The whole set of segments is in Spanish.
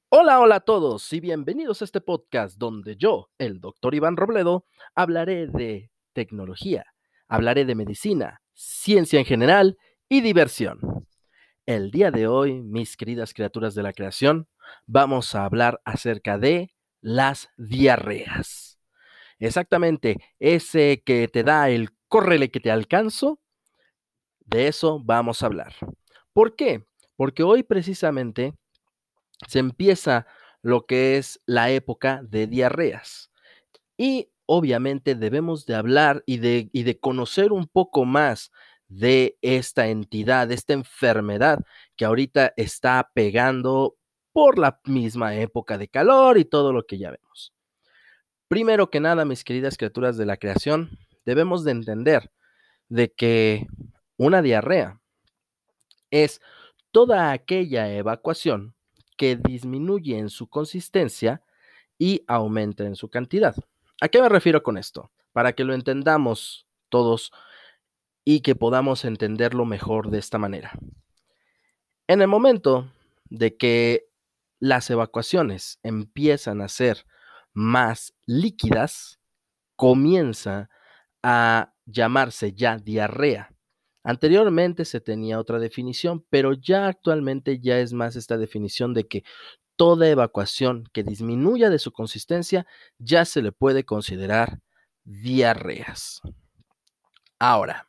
Hola, hola a todos y bienvenidos a este podcast donde yo, el doctor Iván Robledo, hablaré de tecnología, hablaré de medicina, ciencia en general y diversión. El día de hoy, mis queridas criaturas de la creación, vamos a hablar acerca de las diarreas. Exactamente, ese que te da el córrele que te alcanzo, de eso vamos a hablar. ¿Por qué? Porque hoy precisamente se empieza lo que es la época de diarreas. Y obviamente debemos de hablar y de conocer un poco más de esta entidad, de esta enfermedad que ahorita está pegando por la misma época de calor y todo lo que ya vemos. Primero que nada, mis queridas criaturas de la creación, debemos de entender de que una diarrea es toda aquella evacuación que disminuye en su consistencia y aumenta en su cantidad. ¿A qué me refiero con esto? Para que lo entendamos todos y que podamos entenderlo mejor de esta manera. En el momento de que las evacuaciones empiezan a ser más líquidas, comienza a llamarse ya diarrea. Anteriormente se tenía otra definición, pero ya actualmente ya es más esta definición de que toda evacuación que disminuya de su consistencia ya se le puede considerar diarreas. Ahora,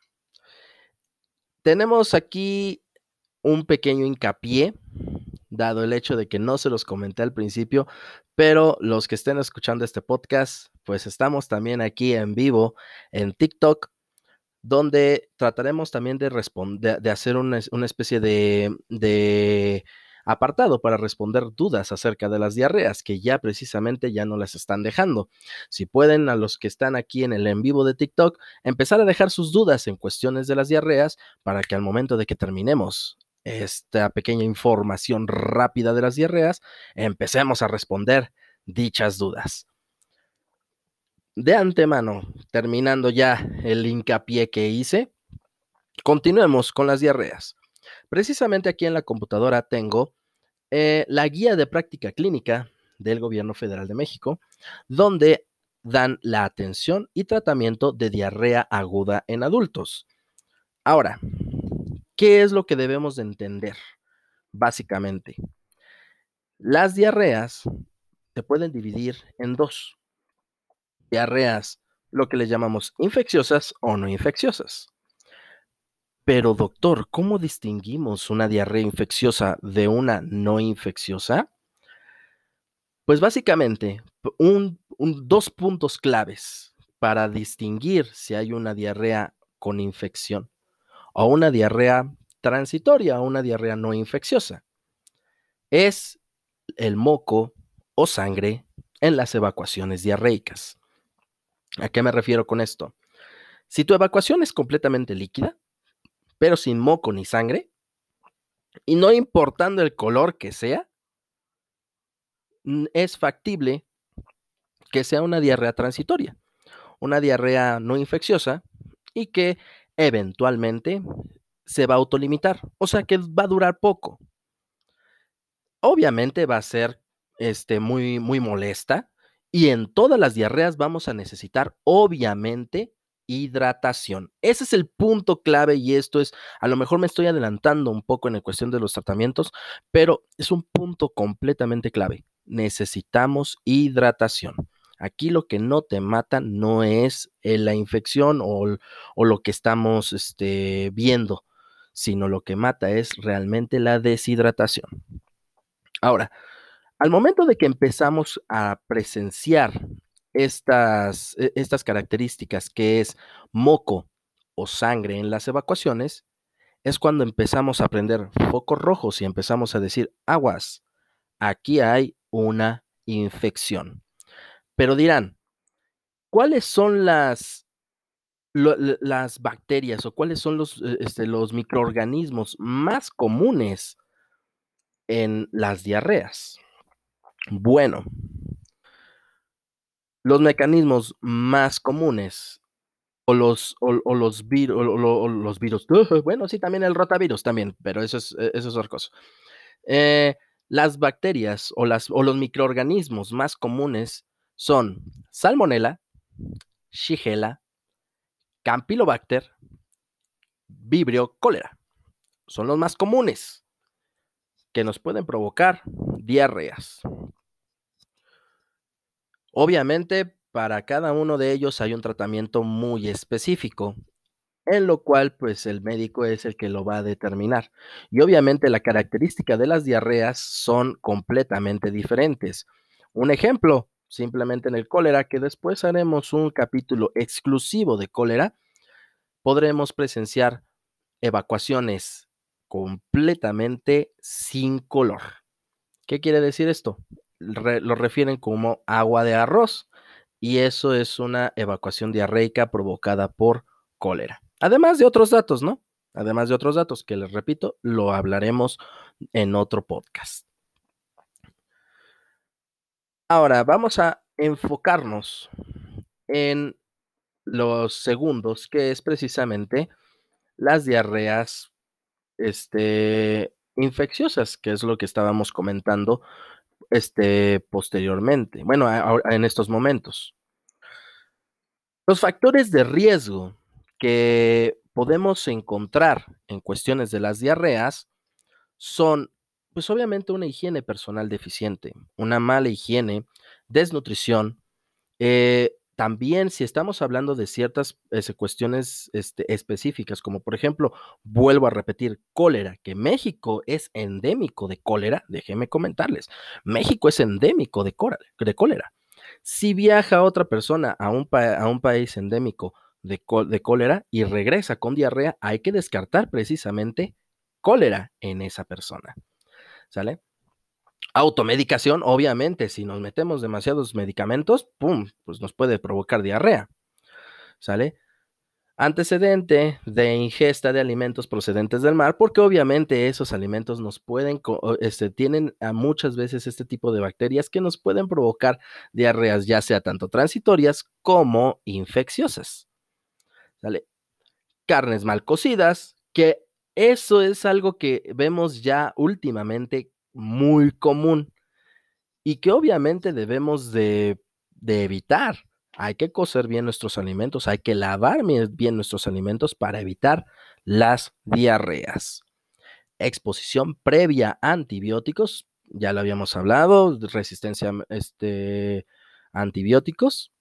tenemos aquí un pequeño hincapié, dado el hecho de que no se los comenté al principio, pero los que estén escuchando este podcast, pues estamos también aquí en vivo en TikTok, donde trataremos también de responder, de hacer una especie de apartado para responder dudas acerca de las diarreas, que ya precisamente ya no las están dejando. Si pueden, a los que están aquí en el en vivo de TikTok, empezar a dejar sus dudas en cuestiones de las diarreas para que al momento de que terminemos esta pequeña información rápida de las diarreas, empecemos a responder dichas dudas. De antemano, terminando ya el hincapié que hice, continuemos con las diarreas. Precisamente aquí en la computadora tengo la guía de práctica clínica del Gobierno Federal de México, donde dan la atención y tratamiento de diarrea aguda en adultos. Ahora, ¿qué es lo que debemos de entender? Básicamente, las diarreas se pueden dividir en dos. Diarreas, lo que le llamamos infecciosas o no infecciosas. Pero doctor, ¿cómo distinguimos una diarrea infecciosa de una no infecciosa? Pues básicamente, dos puntos claves para distinguir si hay una diarrea con infección o una diarrea transitoria o una diarrea no infecciosa es el moco o sangre en las evacuaciones diarreicas. ¿A qué me refiero con esto? Si tu evacuación es completamente líquida, pero sin moco ni sangre, y no importando el color que sea, es factible que sea una diarrea transitoria, una diarrea no infecciosa y que eventualmente se va a autolimitar, o sea que va a durar poco. Obviamente va a ser muy, muy molesta y en todas las diarreas vamos a necesitar, obviamente, hidratación. Ese es el punto clave y esto es, a lo mejor me estoy adelantando un poco en la cuestión de los tratamientos, pero es un punto completamente clave. Necesitamos hidratación. Aquí lo que no te mata no es la infección o lo que estamos viendo, sino lo que mata es realmente la deshidratación. Ahora, al momento de que empezamos a presenciar estas características, que es moco o sangre en las evacuaciones, es cuando empezamos a prender focos rojos y empezamos a decir, aguas, aquí hay una infección. Pero dirán, ¿cuáles son las bacterias o cuáles son los microorganismos más comunes en las diarreas? Bueno, los mecanismos más comunes o los virus o los virus, bueno, sí, también el rotavirus también, pero eso es otra cosa. Eh, Las bacterias o los microorganismos más comunes son Salmonella, Shigella, Campylobacter, Vibrio cólera. Son los más comunes que nos pueden provocar diarreas. Obviamente, para cada uno de ellos hay un tratamiento muy específico, en lo cual, pues, el médico es el que lo va a determinar. Y obviamente la característica de las diarreas son completamente diferentes. Un ejemplo, simplemente en el cólera, que después haremos un capítulo exclusivo de cólera, podremos presenciar evacuaciones completamente sin color. ¿Qué quiere decir esto? Lo refieren como agua de arroz y eso es una evacuación diarreica provocada por cólera. Además de otros datos, ¿no? Además de otros datos que les repito, lo hablaremos en otro podcast. Ahora vamos a enfocarnos en los segundos, que es precisamente las diarreas infecciosas, que es lo que estábamos comentando posteriormente. Bueno, en estos momentos. Los factores de riesgo que podemos encontrar en cuestiones de las diarreas son, pues obviamente una higiene personal deficiente, una mala higiene, desnutrición, también si estamos hablando de ciertas cuestiones específicas, como por ejemplo, vuelvo a repetir, cólera, que México es endémico de cólera, déjenme comentarles, México es endémico de cólera. Si viaja otra persona a un país endémico de cólera y regresa con diarrea, hay que descartar precisamente cólera en esa persona, ¿sale? Automedicación, obviamente, si nos metemos demasiados medicamentos, ¡pum!, pues nos puede provocar diarrea, ¿sale? Antecedente de ingesta de alimentos procedentes del mar, porque obviamente esos alimentos nos pueden, tienen a muchas veces este tipo de bacterias que nos pueden provocar diarreas, ya sea tanto transitorias como infecciosas, ¿sale? Carnes mal cocidas, que eso es algo que vemos ya últimamente muy común y que obviamente debemos de evitar. Hay que cocer bien nuestros alimentos, hay que lavar bien nuestros alimentos para evitar las diarreas. Exposición previa a antibióticos, ya lo habíamos hablado, resistencia a antibióticos.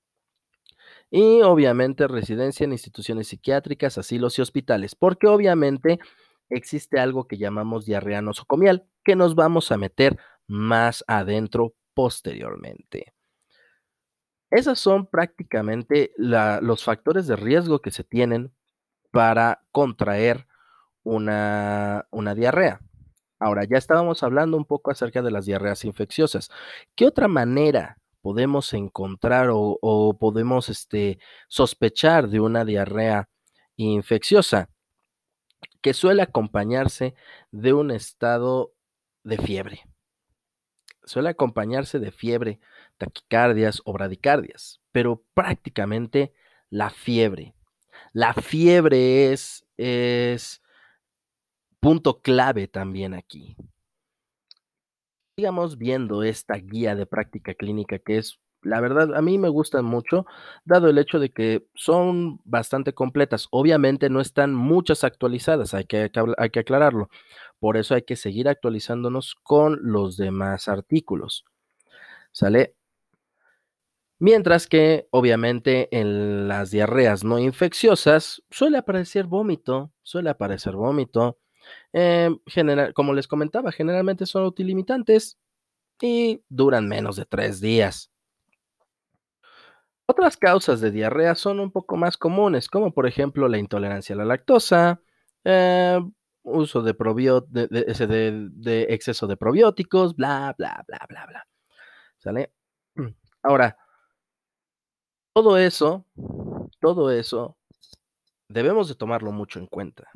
Y obviamente residencia en instituciones psiquiátricas, asilos y hospitales, porque obviamente existe algo que llamamos diarrea nosocomial, que nos vamos a meter más adentro posteriormente. Esos son prácticamente los factores de riesgo que se tienen para contraer una diarrea. Ahora, ya estábamos hablando un poco acerca de las diarreas infecciosas. ¿Qué otra manera podemos encontrar o podemos sospechar de una diarrea infecciosa? Que suele acompañarse de un estado de fiebre. Suele acompañarse de fiebre, taquicardias o bradicardias, pero prácticamente la fiebre. La fiebre es punto clave también aquí. Sigamos viendo esta guía de práctica clínica que es, la verdad, a mí me gustan mucho, dado el hecho de que son bastante completas. Obviamente no están muchas actualizadas, hay que aclararlo. Por eso hay que seguir actualizándonos con los demás artículos, ¿sale? Mientras que, obviamente, en las diarreas no infecciosas suele aparecer vómito. Como les comentaba, generalmente son utilimitantes y duran menos de 3 días. Otras causas de diarrea son un poco más comunes, como por ejemplo la intolerancia a la lactosa, eh, uso de exceso de probióticos, bla, bla, bla, bla, bla. ¿Sale? Ahora, todo eso, todo eso debemos de tomarlo mucho en cuenta.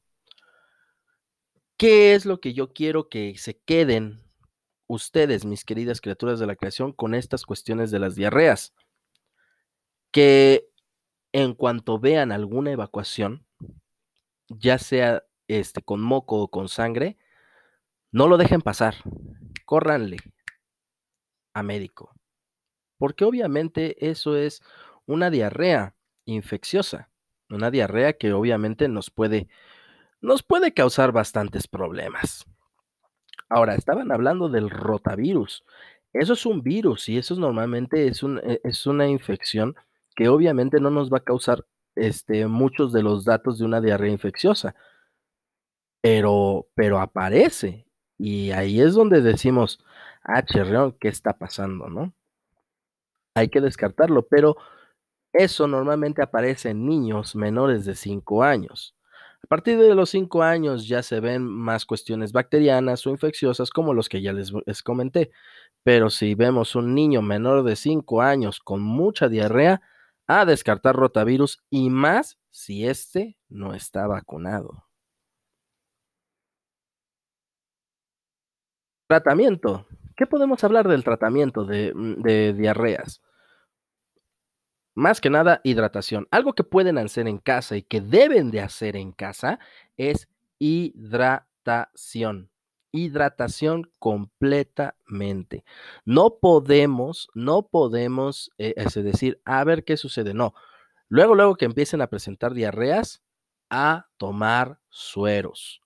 ¿Qué es lo que yo quiero que se queden ustedes, mis queridas criaturas de la creación, con estas cuestiones de las diarreas? Que en cuanto vean alguna evacuación, ya sea con moco o con sangre, no lo dejen pasar, córranle a médico, porque obviamente eso es una diarrea infecciosa, una diarrea que obviamente nos puede causar bastantes problemas. Ahora, estaban hablando del rotavirus. Eso es un virus y eso normalmente es una infección que obviamente no nos va a causar muchos de los datos de una diarrea infecciosa, pero aparece. Y ahí es donde decimos, cherreón, ¿qué está pasando, no? Hay que descartarlo, pero eso normalmente aparece en niños menores de 5 años. A partir de los 5 años ya se ven más cuestiones bacterianas o infecciosas como los que ya les comenté. Pero si vemos un niño menor de 5 años con mucha diarrea, a descartar rotavirus y más si no está vacunado. Tratamiento. ¿Qué podemos hablar del tratamiento de diarreas? Más que nada, hidratación. Algo que pueden hacer en casa y que deben de hacer en casa es hidratación. Hidratación completamente. No podemos decir, a ver qué sucede. No. Luego que empiecen a presentar diarreas, a tomar sueros,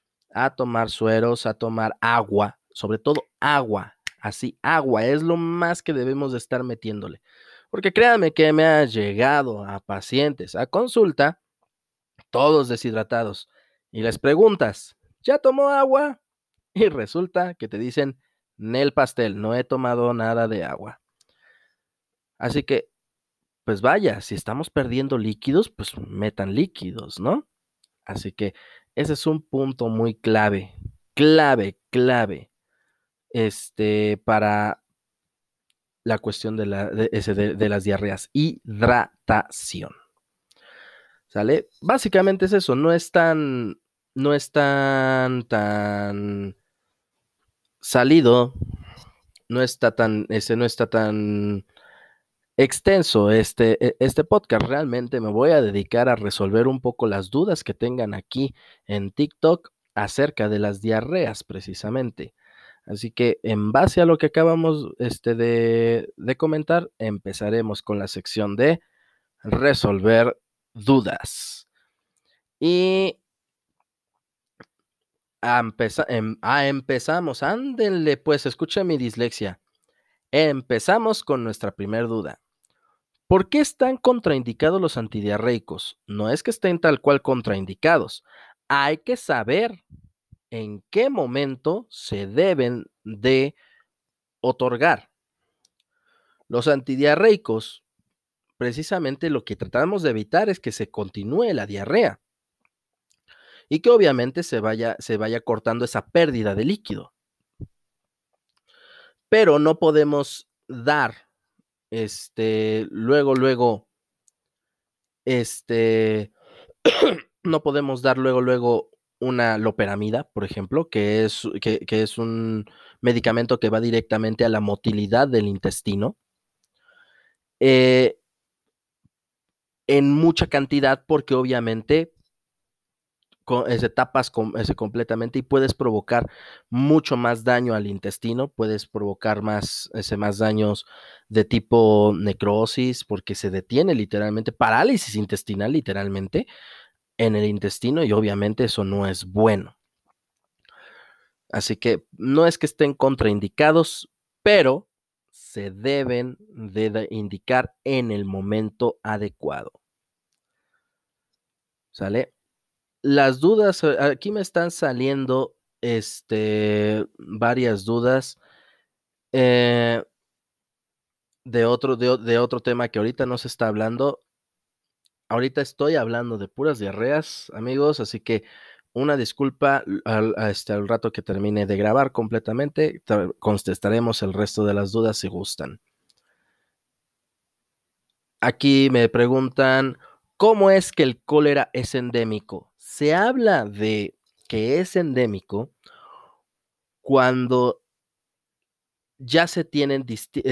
a tomar agua, sobre todo agua, así, agua, es lo más que debemos de estar metiéndole. Porque créanme que me ha llegado a pacientes a consulta, todos deshidratados, y les preguntas, ¿ya tomó agua? Y resulta que te dicen, Nel pastel, no he tomado nada de agua. Así que, pues vaya, si estamos perdiendo líquidos, pues metan líquidos, ¿no? Así que ese es un punto muy clave, clave, para la cuestión de las diarreas. Hidratación, ¿sale? Básicamente es eso, no es tan salido, no está tan extenso este podcast. Realmente me voy a dedicar a resolver un poco las dudas que tengan aquí en TikTok acerca de las diarreas precisamente. Así que en base a lo que acabamos de comentar, empezaremos con la sección de resolver dudas. Y empezamos, ándenle pues, escucha mi dislexia. Empezamos con nuestra primera duda. ¿Por qué están contraindicados los antidiarreicos? No es que estén tal cual contraindicados. Hay que saber en qué momento se deben de otorgar. Los antidiarreicos, precisamente lo que tratamos de evitar es que se continúe la diarrea y que obviamente se vaya cortando esa pérdida de líquido. Pero no podemos dar, luego, este, no podemos dar luego una loperamida, por ejemplo, que es un medicamento que va directamente a la motilidad del intestino, eh, en mucha cantidad, porque obviamente se tapas completamente y puedes provocar mucho más daño al intestino, puedes provocar más daños de tipo necrosis, porque se detiene literalmente, parálisis intestinal literalmente en el intestino y obviamente eso no es bueno. Así que no es que estén contraindicados, pero se deben de indicar en el momento adecuado. ¿Sale? Las dudas, aquí me están saliendo varias dudas eh, de otro tema que ahorita no se está hablando. Ahorita estoy hablando de puras diarreas, amigos, así que una disculpa al rato que termine de grabar completamente, contestaremos el resto de las dudas si gustan. Aquí me preguntan, ¿cómo es que el cólera es endémico? Se habla de que es endémico cuando ya se tienen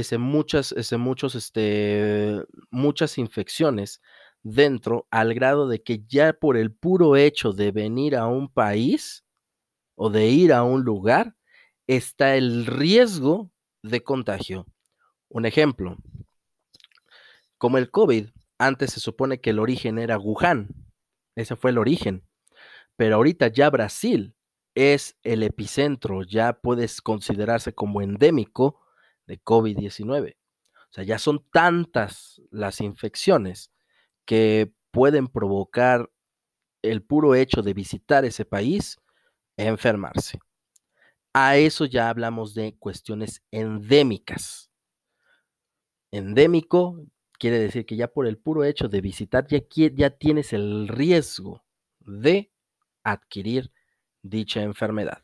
muchas infecciones dentro, al grado de que ya por el puro hecho de venir a un país, o de ir a un lugar, está el riesgo de contagio. Un ejemplo, como el COVID, antes se supone que el origen era Wuhan, ese fue el origen, pero ahorita ya Brasil es el epicentro, ya puedes considerarse como endémico de COVID-19. O sea, ya son tantas las infecciones que pueden provocar el puro hecho de visitar ese país, enfermarse. A eso ya hablamos de cuestiones endémicas. Endémico quiere decir que ya por el puro hecho de visitar ya tienes el riesgo de adquirir dicha enfermedad.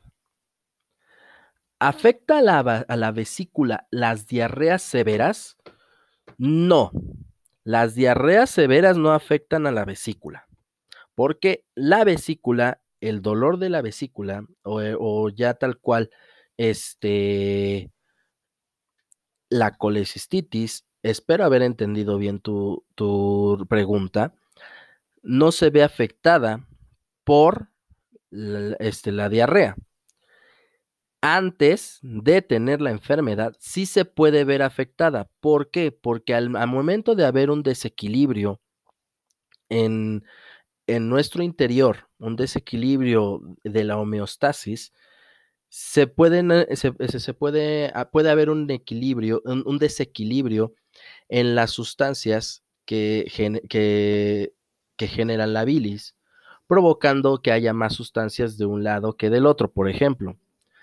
¿Afecta a la vesícula las diarreas severas? No, las diarreas severas no afectan a la vesícula, porque la vesícula, el dolor de la vesícula, o ya tal cual, la colecistitis, espero haber entendido bien tu pregunta, no se ve afectada por la diarrea. Antes de tener la enfermedad, sí se puede ver afectada. ¿Por qué? Porque al momento de haber un desequilibrio en, en nuestro interior, un desequilibrio de la homeostasis, puede haber un equilibrio, un desequilibrio en las sustancias que generan la bilis, provocando que haya más sustancias de un lado que del otro, por ejemplo.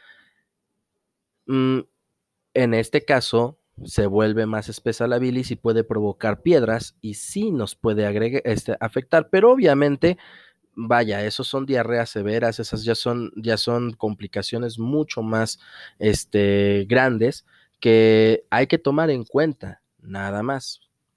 En este caso, se vuelve más espesa la bilis y puede provocar piedras y sí nos puede afectar, pero obviamente, vaya, esos son diarreas severas, esas ya son complicaciones mucho más grandes que hay que tomar en cuenta, nada más.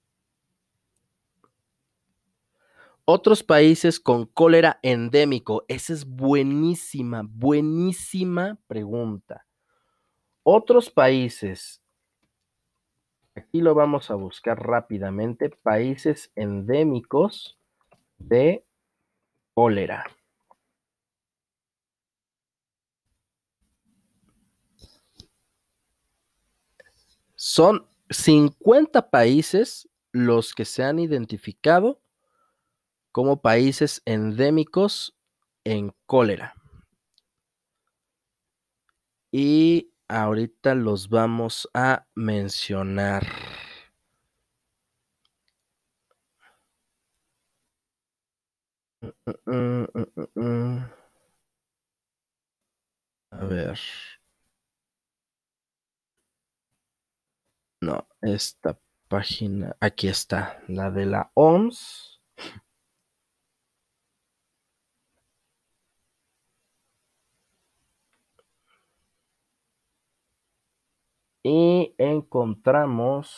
Otros países con cólera endémico. Esa es buenísima, buenísima pregunta. Otros países, aquí lo vamos a buscar rápidamente, países endémicos de cólera. Son 50 países los que se han identificado como países endémicos en cólera. Y ahorita los vamos a mencionar. A ver. No, esta página, aquí está, la de la OMS. Y encontramos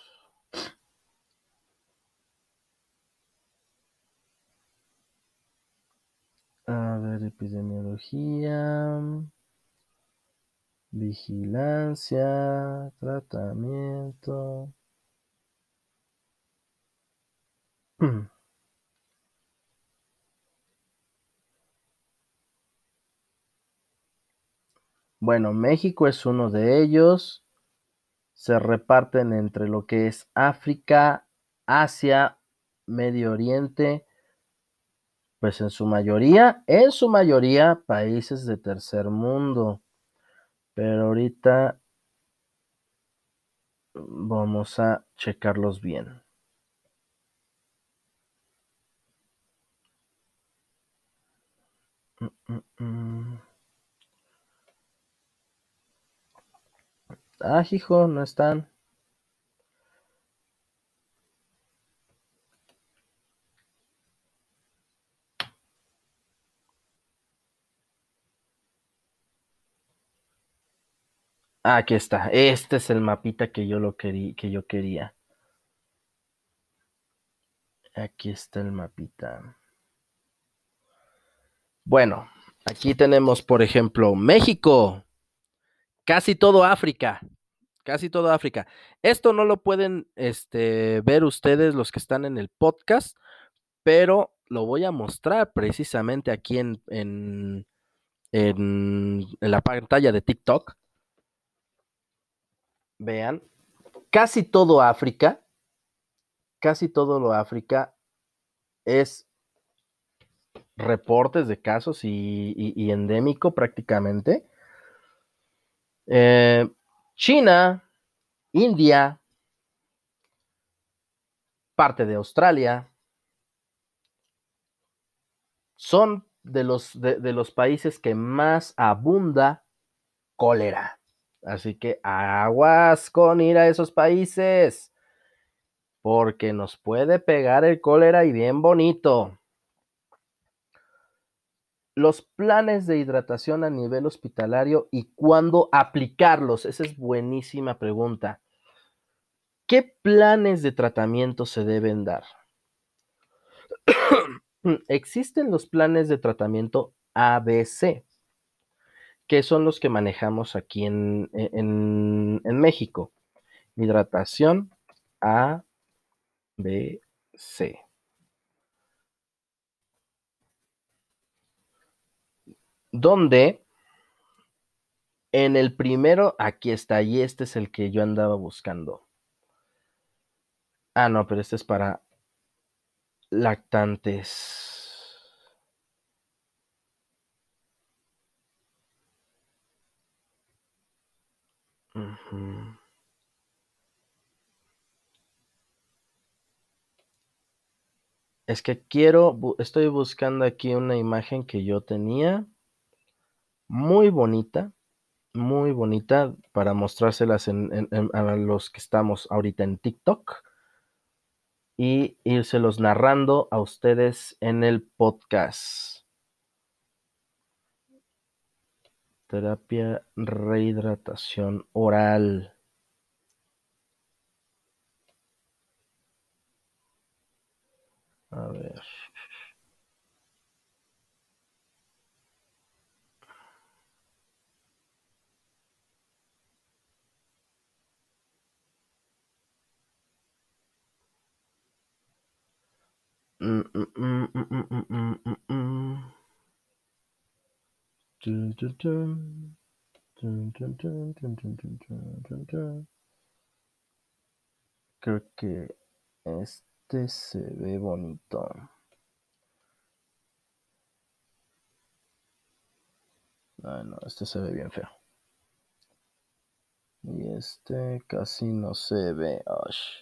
a ver, epidemiología, vigilancia, tratamiento. Bueno, México es uno de ellos. Se reparten entre lo que es África, Asia, Medio Oriente, pues en su mayoría países de tercer mundo. Pero ahorita vamos a checarlos bien. Ah, hijo, no están. Ah, aquí está. Este es el mapita que yo quería. Aquí está el mapita. Bueno, aquí tenemos, por ejemplo, México. Casi todo África. Casi todo África. Esto no lo pueden ver ustedes los que están en el podcast, pero lo voy a mostrar precisamente aquí en la pantalla de TikTok, vean, casi todo África, casi todo lo África es reportes de casos y endémico prácticamente. China, India, parte de Australia, son de los países que más abunda cólera. Así que aguas con ir a esos países, porque nos puede pegar el cólera y bien bonito. Los planes de hidratación a nivel hospitalario y cuándo aplicarlos. Esa es buenísima pregunta. ¿Qué planes de tratamiento se deben dar? Existen los planes de tratamiento ABC, que son los que manejamos aquí en México. Hidratación ABC. Donde en el primero, aquí está, y este es el que yo andaba buscando. Ah, no, pero este es para lactantes. Ujú. Es que estoy buscando aquí una imagen que yo tenía, muy bonita, para mostrárselas a los que estamos ahorita en TikTok y írselos narrando a ustedes en el podcast. Terapia rehidratación oral. A ver. Mm, mm, mm, mm, mm, mm, mm, mm, mm. Tun, tun, tun. Tun, tun, tun, tun, tun, tun, tun, tun, tun. Creo que este se ve bonito. Ay, no, este se ve bien feo. Y este casi no se ve. Osh.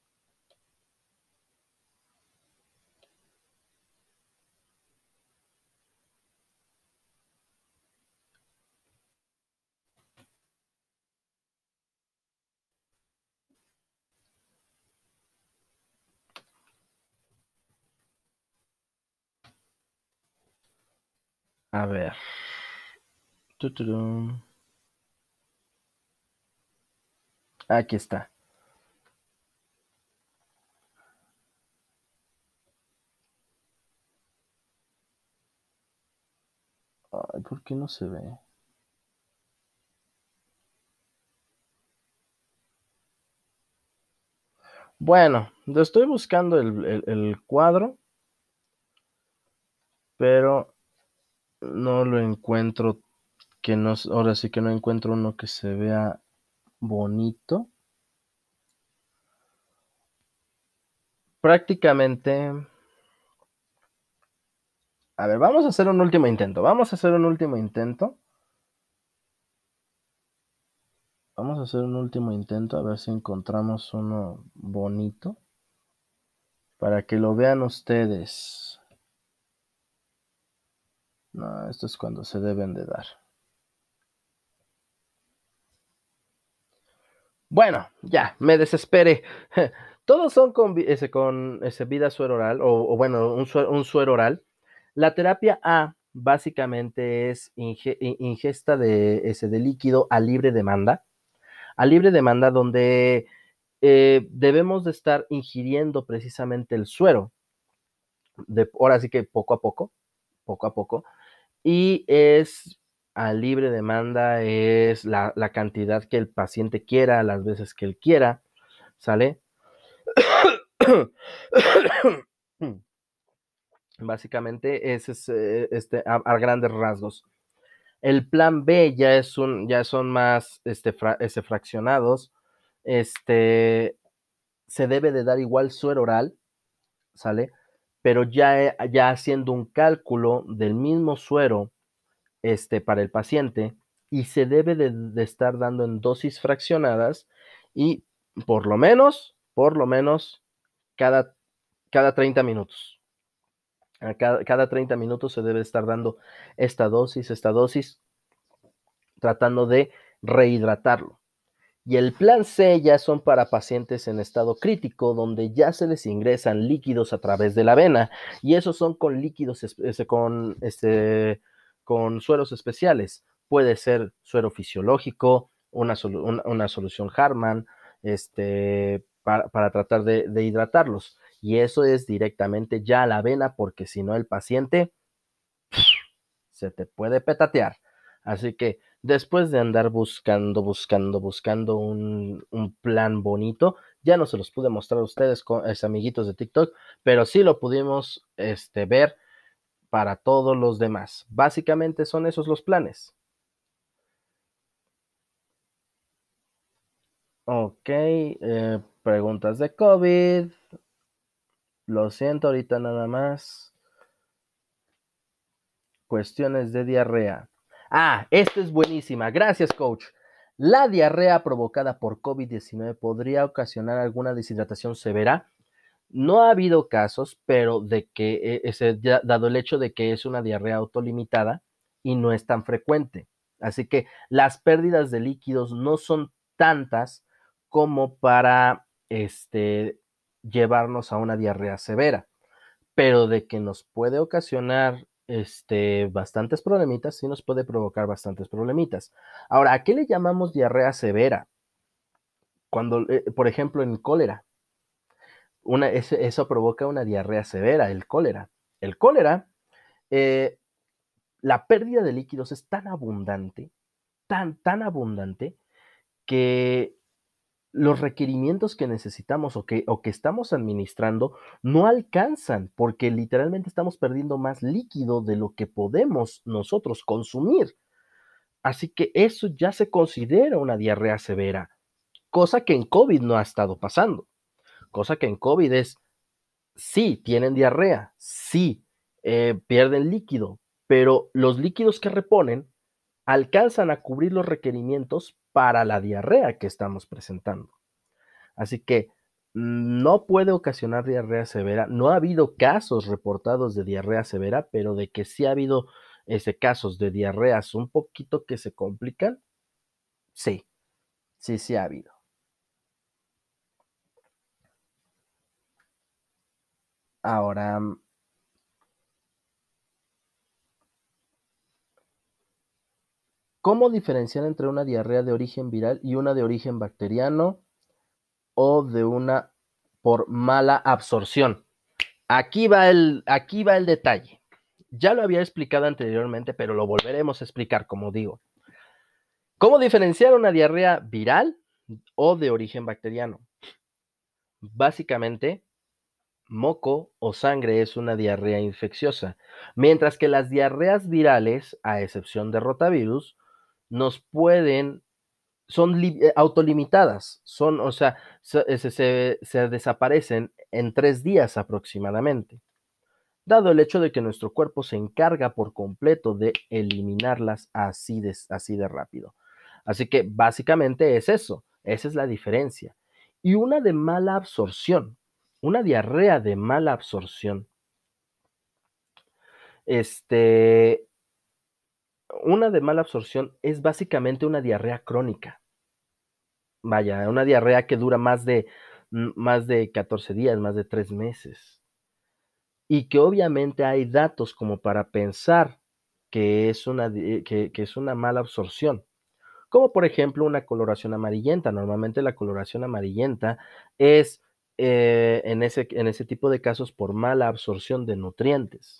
A ver. Tuturum. Aquí está. Ay, ¿por qué no se ve? Bueno, lo estoy buscando el cuadro, pero no lo encuentro. Ahora sí que no encuentro uno que se vea bonito. Prácticamente. A ver, vamos a hacer un último intento. Vamos a hacer un último intento. Vamos a hacer un último intento a ver si encontramos uno bonito para que lo vean ustedes. No, esto es cuando se deben de dar. Bueno, ya, me desesperé. Todos son con ese vida suero oral, o bueno, un suero oral. La terapia A básicamente es ingesta de líquido a libre demanda. A libre demanda donde debemos de estar ingiriendo precisamente el suero, ahora sí que poco a poco, y es a libre demanda, es la cantidad que el paciente quiera, las veces que él quiera, ¿sale? Básicamente ese es a grandes rasgos. El plan B ya son más fraccionados. Se debe de dar igual suero oral, ¿sale? Pero ya haciendo un cálculo del mismo suero para el paciente y se debe de estar dando en dosis fraccionadas y por lo menos cada, cada 30 minutos. Cada 30 minutos se debe estar dando esta dosis, tratando de rehidratarlo. Y el plan C ya son para pacientes en estado crítico, donde ya se les ingresan líquidos a través de la vena, y esos son con líquidos, con sueros especiales. Puede ser suero fisiológico, una solución Harman, para tratar de hidratarlos. Y eso es directamente ya a la vena, porque si no el paciente se te puede petatear. Así que después de andar buscando un plan bonito, ya no se los pude mostrar a ustedes, amiguitos de TikTok, pero sí lo pudimos ver para todos los demás. Básicamente son esos los planes. Ok, preguntas de COVID. Lo siento, ahorita nada más. Cuestiones de diarrea. Esta es buenísima. Gracias, coach. ¿La diarrea provocada por COVID-19 podría ocasionar alguna deshidratación severa? No ha habido casos, pero de que, dado el hecho de que es una diarrea autolimitada y no es tan frecuente. Así que las pérdidas de líquidos no son tantas como para llevarnos a una diarrea severa, pero de que nos puede ocasionar bastantes problemitas, sí nos puede provocar bastantes problemitas. Ahora, ¿a qué le llamamos diarrea severa? Cuando, por ejemplo, en cólera, eso provoca una diarrea severa, el cólera. El cólera, eh, la pérdida de líquidos es tan abundante, tan abundante, que los requerimientos que necesitamos o que estamos administrando no alcanzan, porque literalmente estamos perdiendo más líquido de lo que podemos nosotros consumir. Así que eso ya se considera una diarrea severa, cosa que en COVID no ha estado pasando. Cosa que en COVID es, sí, tienen diarrea, sí, pierden líquido, pero los líquidos que reponen alcanzan a cubrir los requerimientos para la diarrea que estamos presentando. Así que no puede ocasionar diarrea severa. No ha habido casos reportados de diarrea severa, pero de que sí ha habido casos de diarreas un poquito que se complican, sí, sí ha habido. Ahora, ¿cómo diferenciar entre una diarrea de origen viral y una de origen bacteriano o de una por mala absorción? Aquí va el detalle. Ya lo había explicado anteriormente, pero lo volveremos a explicar, como digo. ¿Cómo diferenciar una diarrea viral o de origen bacteriano? Básicamente, moco o sangre es una diarrea infecciosa, mientras que las diarreas virales, a excepción de rotavirus, son autolimitadas, o sea, se desaparecen en 3 días aproximadamente, dado el hecho de que nuestro cuerpo se encarga por completo de eliminarlas así de rápido. Así que básicamente es eso, esa es la diferencia. Y una de mala absorción, una diarrea de mala absorción, este, una de mala absorción es básicamente una diarrea crónica. Vaya, una diarrea que dura más de 14 días, más de 3 meses. Y que obviamente hay datos como para pensar que es una mala absorción, como por ejemplo una coloración amarillenta. Normalmente la coloración amarillenta es en ese tipo de casos por mala absorción de nutrientes.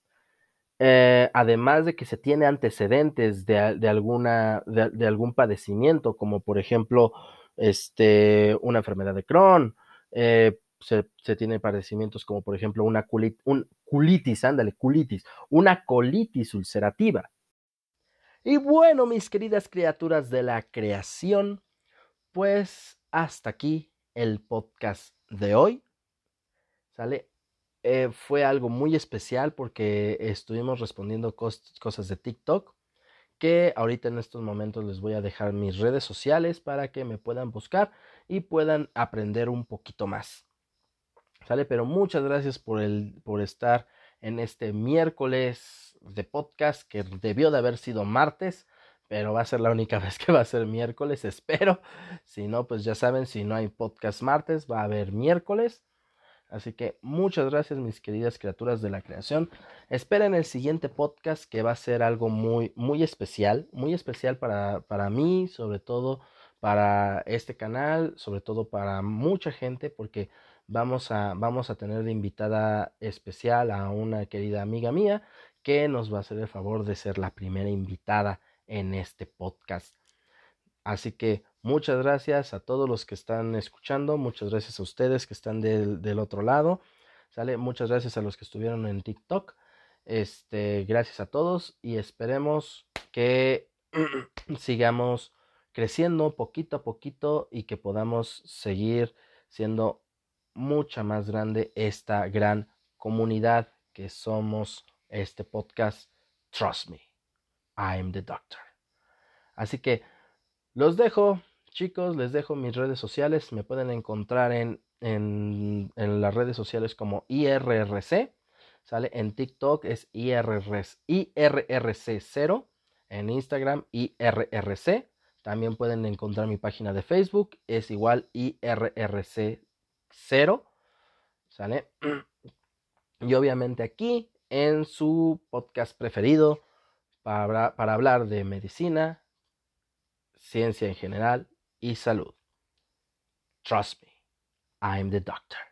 Además de que se tiene antecedentes de algún padecimiento, como por ejemplo una enfermedad de Crohn. Se tiene padecimientos como por ejemplo una culitis, una colitis ulcerativa. Y bueno, mis queridas criaturas de la creación, pues hasta aquí el podcast de hoy, ¿sale? Fue algo muy especial porque estuvimos respondiendo cosas de TikTok, que ahorita en estos momentos les voy a dejar mis redes sociales para que me puedan buscar y puedan aprender un poquito más, ¿sale? Pero muchas gracias por estar en este miércoles de podcast, que debió de haber sido martes, pero va a ser la única vez que va a ser miércoles, espero. Si no, pues ya saben, si no hay podcast martes, va a haber miércoles. Así que muchas gracias, mis queridas criaturas de la creación. Esperen el siguiente podcast, que va a ser algo muy especial para mí, sobre todo para este canal, sobre todo para mucha gente, porque vamos a tener de invitada especial a una querida amiga mía que nos va a hacer el favor de ser la primera invitada en este podcast. Así que muchas gracias a todos los que están escuchando, muchas gracias a ustedes que están del otro lado, ¿sale? Muchas gracias a los que estuvieron en TikTok, gracias a todos y esperemos que sigamos creciendo poquito a poquito y que podamos seguir siendo mucha más grande esta gran comunidad que somos este podcast. Trust me, I'm the doctor. Así que los dejo, chicos, les dejo mis redes sociales. Me pueden encontrar en las redes sociales como IRRC. ¿Sale? En TikTok es IRRC0. En Instagram IRRC. También pueden encontrar mi página de Facebook. Es igual IRRC0. ¿Sale? Y obviamente aquí en su podcast preferido para hablar de medicina, ciencia en general y salud. Trust me, I'm the doctor.